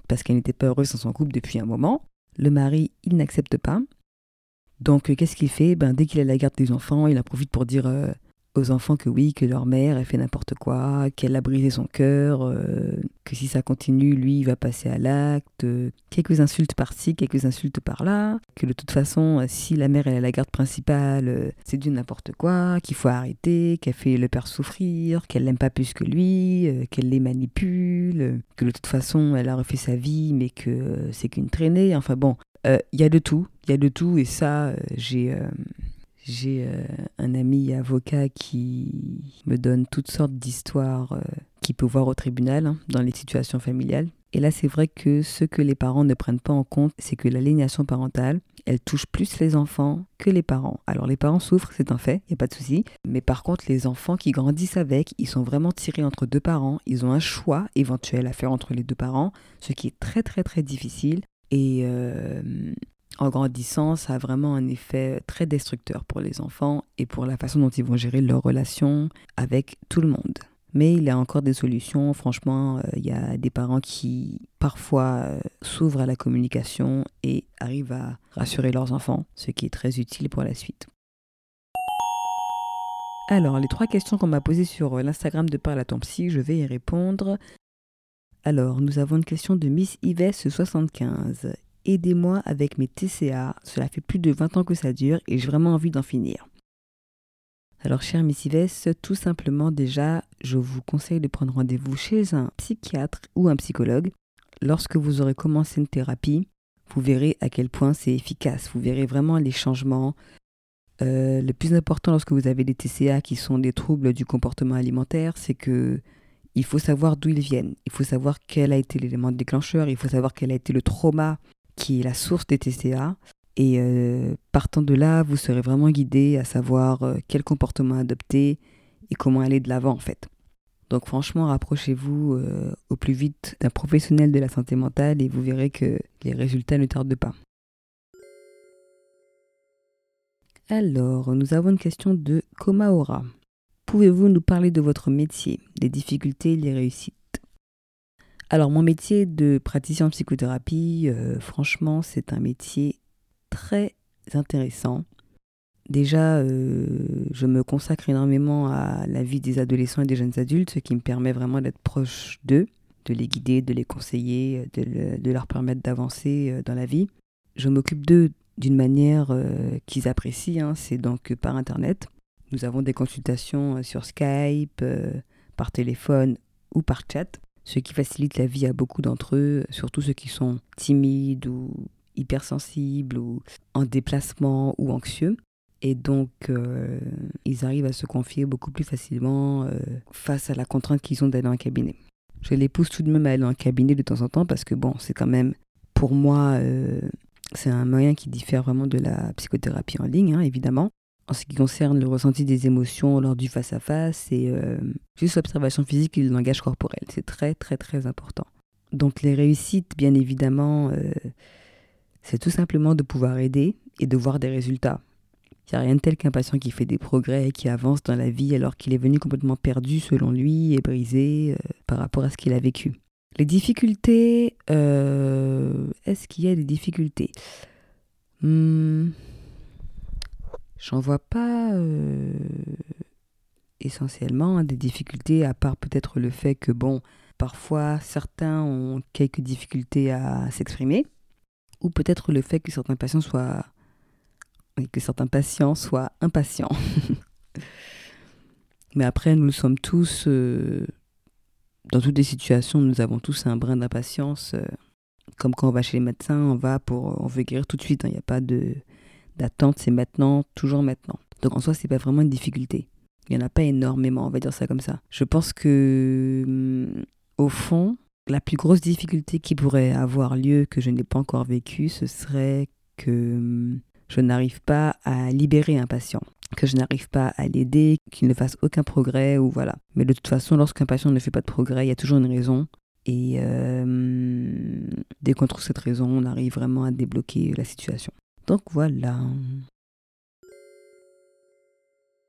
parce qu'elle n'était pas heureuse dans son couple depuis un moment. Le mari, il n'accepte pas. Donc, euh, qu'est-ce qu'il fait? Ben, dès qu'il a la garde des enfants, il en profite pour dire euh, aux enfants que oui, que leur mère, elle fait n'importe quoi, qu'elle a brisé son cœur, euh, que si ça continue, lui, il va passer à l'acte. Euh, quelques insultes par-ci, quelques insultes par-là. Que de toute façon, euh, si la mère, elle a la garde principale, euh, c'est du n'importe quoi, qu'il faut arrêter, qu'elle fait le père souffrir, qu'elle l'aime pas plus que lui, euh, qu'elle les manipule, euh, que de toute façon, elle a refait sa vie, mais que euh, c'est qu'une traînée. Enfin bon, il euh, y a de tout, il y a de tout, et ça, euh, j'ai... Euh, J'ai euh, un ami avocat qui me donne toutes sortes d'histoires euh, qu'il peut voir au tribunal hein, dans les situations familiales. Et là, c'est vrai que ce que les parents ne prennent pas en compte, c'est que l'aliénation parentale, elle touche plus les enfants que les parents. Alors les parents souffrent, c'est un fait, il n'y a pas de souci. Mais par contre, les enfants qui grandissent avec, ils sont vraiment tirés entre deux parents. Ils ont un choix éventuel à faire entre les deux parents, ce qui est très très très difficile. Et... Euh, En grandissant, ça a vraiment un effet très destructeur pour les enfants et pour la façon dont ils vont gérer leurs relations avec tout le monde. Mais il y a encore des solutions. Franchement, euh, il y a des parents qui parfois euh, s'ouvrent à la communication et arrivent à rassurer leurs enfants, ce qui est très utile pour la suite. Alors, les trois questions qu'on m'a posées sur l'Instagram de Parle à ton psy, je vais y répondre. Alors, nous avons une question de Miss Yves soixante-quinze. Aidez-moi avec mes T C A, cela fait plus de vingt ans que ça dure et j'ai vraiment envie d'en finir. Alors, chère Miss Yves, tout simplement déjà, je vous conseille de prendre rendez-vous chez un psychiatre ou un psychologue. Lorsque vous aurez commencé une thérapie, vous verrez à quel point c'est efficace. Vous verrez vraiment les changements. Euh, le plus important lorsque vous avez des T C A qui sont des troubles du comportement alimentaire, c'est que il faut savoir d'où ils viennent. Il faut savoir quel a été l'élément déclencheur. Il faut savoir quel a été le trauma qui est la source des T C A. Et euh, partant de là, vous serez vraiment guidé à savoir euh, quel comportement adopter et comment aller de l'avant en fait. Donc franchement, rapprochez-vous euh, au plus vite d'un professionnel de la santé mentale et vous verrez que les résultats ne tardent pas. Alors, nous avons une question de Komaora. Pouvez-vous nous parler de votre métier, des difficultés et les réussites? Alors, mon métier de praticien en psychothérapie, euh, franchement, c'est un métier très intéressant. Déjà, euh, je me consacre énormément à la vie des adolescents et des jeunes adultes, ce qui me permet vraiment d'être proche d'eux, de les guider, de les conseiller, de, le, de leur permettre d'avancer dans la vie. Je m'occupe d'eux d'une manière euh, qu'ils apprécient, hein, c'est donc par Internet. Nous avons des consultations sur Skype, euh, par téléphone ou par chat, ce qui facilite la vie à beaucoup d'entre eux, surtout ceux qui sont timides ou hypersensibles ou en déplacement ou anxieux. Et donc, euh, ils arrivent à se confier beaucoup plus facilement euh, face à la contrainte qu'ils ont d'aller en cabinet. Je les pousse tout de même à aller en cabinet de temps en temps parce que bon, c'est quand même, pour moi, euh, c'est un moyen qui diffère vraiment de la psychothérapie en ligne, hein, évidemment. En ce qui concerne le ressenti des émotions lors du face-à-face et euh, juste l'observation physique et le langage corporel. C'est très, très, très important. Donc les réussites, bien évidemment, euh, c'est tout simplement de pouvoir aider et de voir des résultats. Il n'y a rien de tel qu'un patient qui fait des progrès et qui avance dans la vie alors qu'il est venu complètement perdu selon lui et brisé euh, par rapport à ce qu'il a vécu. Les difficultés, euh, est-ce qu'il y a des difficultés? hmm, J'en vois pas euh, essentiellement hein, des difficultés, à part peut-être le fait que, bon, parfois certains ont quelques difficultés à s'exprimer, ou peut-être le fait que certains patients soient, que certains patients soient impatients. Mais après, nous sommes tous, euh, dans toutes les situations, nous avons tous un brin d'impatience. Euh, comme quand on va chez les médecins, on va pour, on veut guérir tout de suite. Il n'y a pas de, d'attente, c'est maintenant, toujours maintenant. Donc en soi, c'est pas vraiment une difficulté. Il n'y en a pas énormément, on va dire ça comme ça. Je pense que, hum, au fond, la plus grosse difficulté qui pourrait avoir lieu, que je n'ai pas encore vécue, ce serait que hum, je n'arrive pas à libérer un patient, que je n'arrive pas à l'aider, qu'il ne fasse aucun progrès, ou voilà. Mais de toute façon, lorsqu'un patient ne fait pas de progrès, il y a toujours une raison. Et euh, dès qu'on trouve cette raison, on arrive vraiment à débloquer la situation. Donc voilà.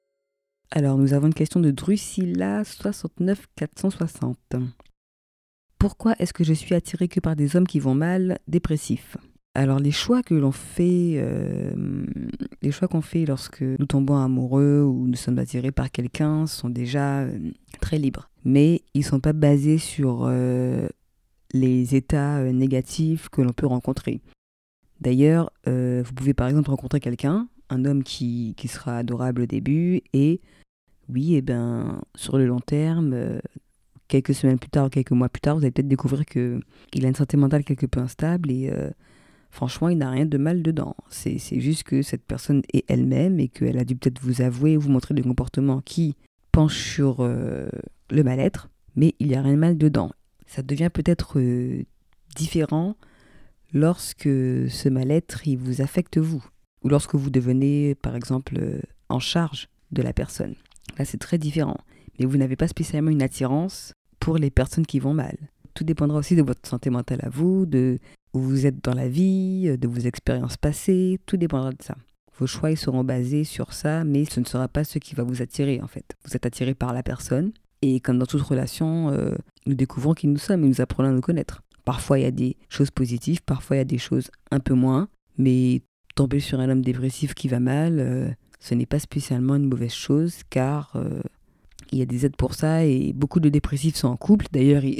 Alors, nous avons une question de Drusilla soixante-neuf quatre cent soixante. Pourquoi est-ce que je suis attirée que par des hommes qui vont mal, dépressifs ? Alors les choix que l'on fait, euh, les choix qu'on fait lorsque nous tombons amoureux ou nous sommes attirés par quelqu'un sont déjà euh, très libres. Mais ils ne sont pas basés sur euh, les états euh, négatifs que l'on peut rencontrer. D'ailleurs, euh, vous pouvez par exemple rencontrer quelqu'un, un homme qui, qui sera adorable au début, et oui, et ben, sur le long terme, euh, quelques semaines plus tard ou quelques mois plus tard, vous allez peut-être découvrir qu'il a une santé mentale quelque peu instable et euh, franchement, il n'a rien de mal dedans. C'est, c'est juste que cette personne est elle-même et qu'elle a dû peut-être vous avouer ou vous montrer des comportements qui penchent sur euh, le mal-être, mais il n'y a rien de mal dedans. Ça devient peut-être euh, différent lorsque ce mal-être, il vous affecte vous, ou lorsque vous devenez, par exemple, euh, en charge de la personne. Là, c'est très différent. Mais vous n'avez pas spécialement une attirance pour les personnes qui vont mal. Tout dépendra aussi de votre santé mentale à vous, de où vous êtes dans la vie, de vos expériences passées. Tout dépendra de ça. Vos choix, ils seront basés sur ça, mais ce ne sera pas ce qui va vous attirer, en fait. Vous êtes attiré par la personne. Et comme dans toute relation, euh, nous découvrons qui nous sommes et nous apprenons à nous connaître. Parfois, il y a des choses positives, parfois, il y a des choses un peu moins. Mais tomber sur un homme dépressif qui va mal, euh, ce n'est pas spécialement une mauvaise chose, car euh, il y a des aides pour ça et beaucoup de dépressifs sont en couple. D'ailleurs, ils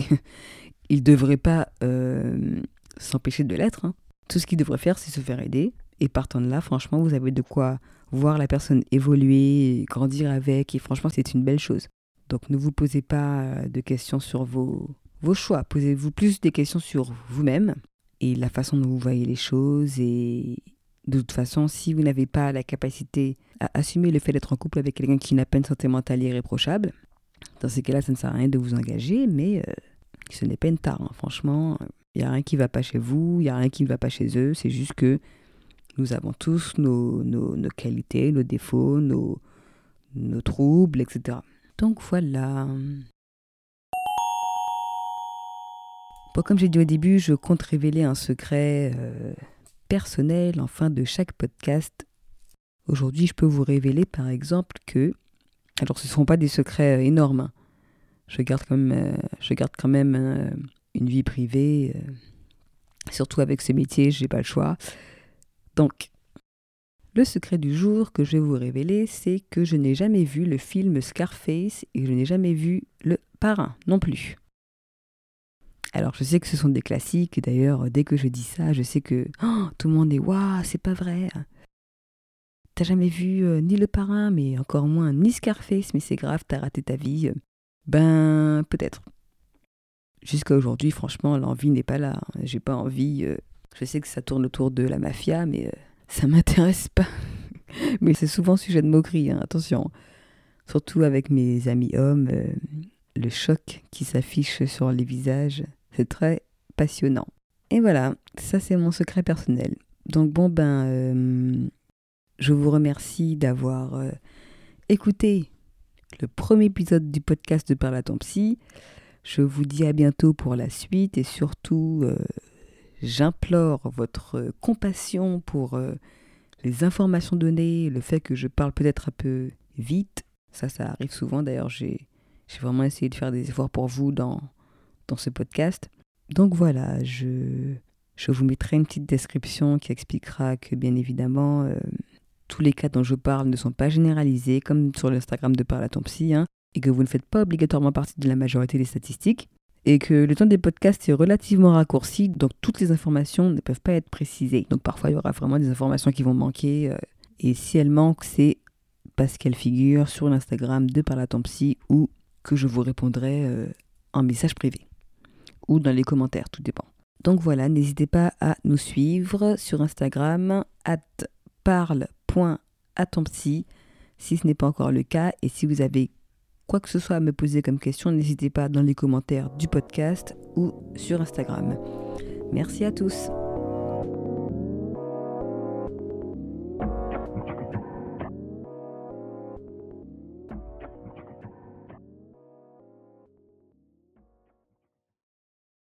ne devraient pas euh, s'empêcher de l'être. Hein. Tout ce qu'ils devraient faire, c'est se faire aider. Et partant de là, franchement, vous avez de quoi voir la personne évoluer, grandir avec. Et franchement, c'est une belle chose. Donc, ne vous posez pas de questions sur vos, vos choix. Posez-vous plus des questions sur vous-même et la façon dont vous voyez les choses. Et de toute façon, si vous n'avez pas la capacité à assumer le fait d'être en couple avec quelqu'un qui n'a pas une santé mentale irréprochable, dans ces cas-là, ça ne sert à rien de vous engager, mais euh, ce n'est pas une tare. Hein. Franchement, il n'y a rien qui ne va pas chez vous, il n'y a rien qui ne va pas chez eux. C'est juste que nous avons tous nos, nos, nos qualités, nos défauts, nos, nos troubles, et cetera. Donc voilà. Bon, comme j'ai dit au début, je compte révéler un secret euh, personnel en fin de chaque podcast. Aujourd'hui, je peux vous révéler par exemple que, alors ce ne seront pas des secrets euh, énormes, hein. je, garde quand même, euh, je garde quand même euh, une vie privée, euh, surtout avec ce métier, je n'ai pas le choix. Donc, le secret du jour que je vais vous révéler, c'est que je n'ai jamais vu le film Scarface et je n'ai jamais vu Le Parrain non plus. Alors, je sais que ce sont des classiques, et d'ailleurs, dès que je dis ça, je sais que oh, tout le monde est « Waouh, c'est pas vrai !» T'as jamais vu euh, ni Le Parrain, mais encore moins ni Scarface, mais c'est grave, t'as raté ta vie. Ben, peut-être. Jusqu'à aujourd'hui, franchement, l'envie n'est pas là. J'ai pas envie. Euh, je sais que ça tourne autour de la mafia, mais euh, ça m'intéresse pas. Mais c'est souvent sujet de moquerie, hein, attention. Surtout avec mes amis hommes, euh, le choc qui s'affiche sur les visages, c'est très passionnant. Et voilà, ça c'est mon secret personnel. Donc bon, ben, euh, je vous remercie d'avoir euh, écouté le premier épisode du podcast de Parle à ton psy. Je vous dis à bientôt pour la suite et surtout, euh, j'implore votre compassion pour euh, les informations données, le fait que je parle peut-être un peu vite. Ça, ça arrive souvent. D'ailleurs, j'ai, j'ai vraiment essayé de faire des efforts pour vous dans, dans ce podcast. Donc voilà, je, je vous mettrai une petite description qui expliquera que bien évidemment, euh, tous les cas dont je parle ne sont pas généralisés, comme sur l'Instagram de Parle à ton psy, hein, et que vous ne faites pas obligatoirement partie de la majorité des statistiques, et que le temps des podcasts est relativement raccourci, donc toutes les informations ne peuvent pas être précisées. Donc parfois, il y aura vraiment des informations qui vont manquer, euh, et si elles manquent, c'est parce qu'elles figurent sur l'Instagram de Parle à ton psy, ou que je vous répondrai euh, en message privé, ou dans les commentaires, tout dépend. Donc voilà, n'hésitez pas à nous suivre sur Instagram, arobase parle point à ton psy, si ce n'est pas encore le cas. Et si vous avez quoi que ce soit à me poser comme question, n'hésitez pas dans les commentaires du podcast ou sur Instagram. Merci à tous.